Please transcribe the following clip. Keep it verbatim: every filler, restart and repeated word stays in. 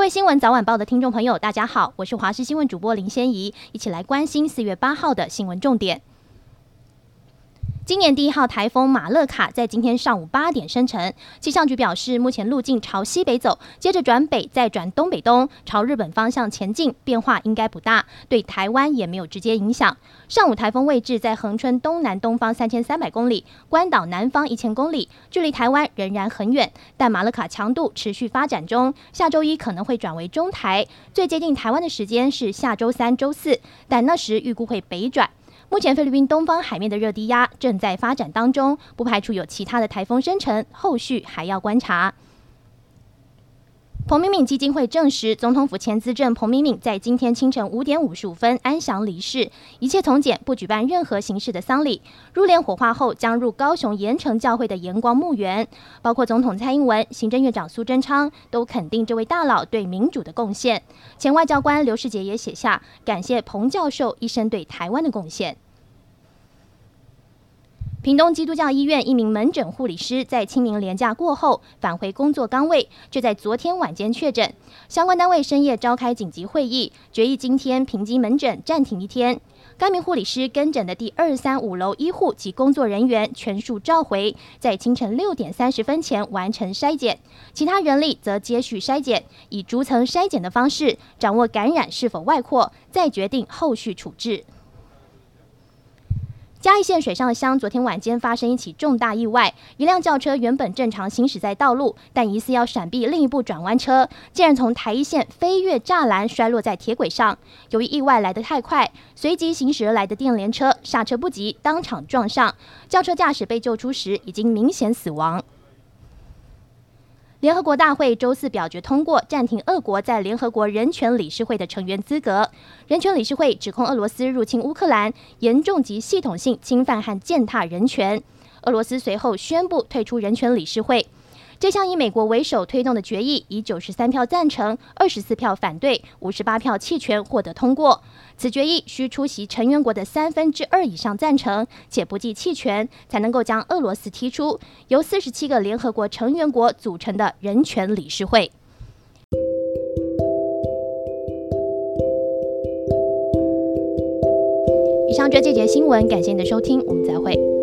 位新闻早晚报的听众朋友，大家好，我是华视新闻主播林仙怡，一起来关心四月八号的新闻重点。今年第一号台风马勒卡在今天上午八点生成，气象局表示，目前路径朝西北走，接着转北，再转东北东，朝日本方向前进，变化应该不大，对台湾也没有直接影响。上午台风位置在恒春东南东方三千三百公里，关岛南方一千公里，距离台湾仍然很远，但马勒卡强度持续发展中，下周一可能会转为中台，最接近台湾的时间是下周三、周四，但那时预估会北转。目前菲律宾东方海面的热低压正在发展当中，不排除有其他的台风生成，后续还要观察。彭明敏基金会证实，总统府前资政彭明敏在今天清晨五点五十五分安详离世，一切从简，不举办任何形式的丧礼。入殓火化后，将入高雄盐城教会的盐光墓园。包括总统蔡英文、行政院长苏贞昌都肯定这位大佬对民主的贡献。前外交官刘世杰也写下感谢彭教授一生对台湾的贡献。屏东基督教医院一名门诊护理师在清明连假过后返回工作岗位，却在昨天晚间确诊。相关单位深夜召开紧急会议，决议今天平基门诊暂停一天。该名护理师跟诊的第二三五楼医护及工作人员全数召回，在清晨六点三十分前完成筛检，其他人力则接续筛检，以逐层筛检的方式掌握感染是否外扩，再决定后续处置。嘉义县水上乡昨天晚间发生一起重大意外，一辆轿车原本正常行驶在道路，但疑似要闪避另一部转弯车，竟然从台一线飞越栅栏摔落在铁轨上。由于意外来得太快，随即行驶而来的电联车刹车不及，当场撞上，轿车驾驶被救出时已经明显死亡。联合国大会周四表决通过暂停俄国在联合国人权理事会的成员资格。人权理事会指控俄罗斯入侵乌克兰，严重及系统性侵犯和践踏人权。俄罗斯随后宣布退出人权理事会。这项以美国为首推动的决议，以九十三票赞成、二十四票反对、五十八票弃权获得通过。此决议需出席成员国的三分之二以上赞成，且不计弃权，才能够将俄罗斯踢出由四十七个联合国成员国组成的人权理事会。以上这这节新闻，感谢你的收听，我们再会。